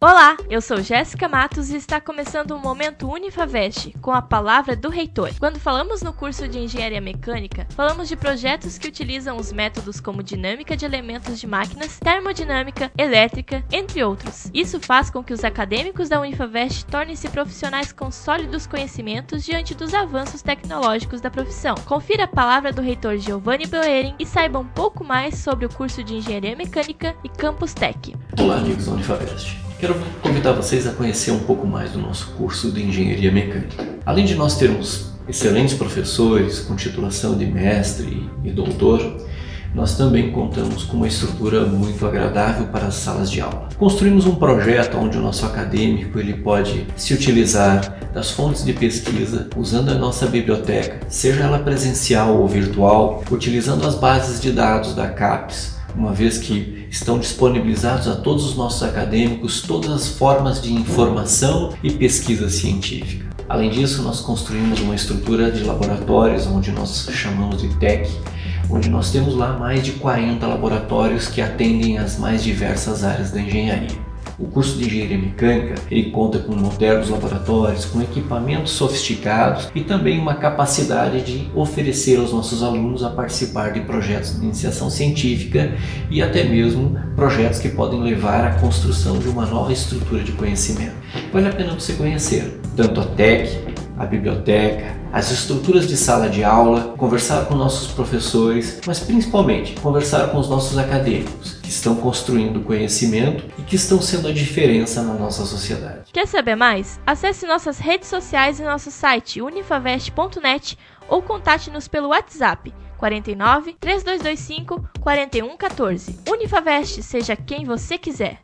Olá, eu sou Jéssica Matos e está começando o Momento Unifavest, com a palavra do reitor. Quando falamos no curso de Engenharia Mecânica, falamos de projetos que utilizam os métodos como dinâmica de elementos de máquinas, termodinâmica, elétrica, entre outros. Isso faz com que os acadêmicos da Unifavest tornem-se profissionais com sólidos conhecimentos diante dos avanços tecnológicos da profissão. Confira a palavra do reitor Giovanni Boerin e saiba um pouco mais sobre o curso de Engenharia Mecânica e Campus Tech. Olá, amigos da Unifavest. Quero convidar vocês a conhecer um pouco mais do nosso curso de Engenharia Mecânica. Além de nós termos excelentes professores com titulação de mestre e doutor, nós também contamos com uma estrutura muito agradável para as salas de aula. Construímos um projeto onde o nosso acadêmico ele pode se utilizar das fontes de pesquisa usando a nossa biblioteca, seja ela presencial ou virtual, utilizando as bases de dados da CAPES, uma vez que estão disponibilizados a todos os nossos acadêmicos todas as formas de informação e pesquisa científica. Além disso, nós construímos uma estrutura de laboratórios, onde nós chamamos de TEC, onde nós temos lá mais de 40 laboratórios que atendem às mais diversas áreas da engenharia. O curso de Engenharia Mecânica ele conta com modernos laboratórios, com equipamentos sofisticados e também uma capacidade de oferecer aos nossos alunos a participar de projetos de iniciação científica e até mesmo projetos que podem levar à construção de uma nova estrutura de conhecimento. Vale a pena você conhecer tanto a TEC, a biblioteca, as estruturas de sala de aula, conversar com nossos professores, mas principalmente conversar com os nossos acadêmicos que estão construindo conhecimento e que estão sendo a diferença na nossa sociedade. Quer saber mais? Acesse nossas redes sociais e nosso site unifavest.net ou contate-nos pelo WhatsApp 49 3225 4114. Unifavest, seja quem você quiser.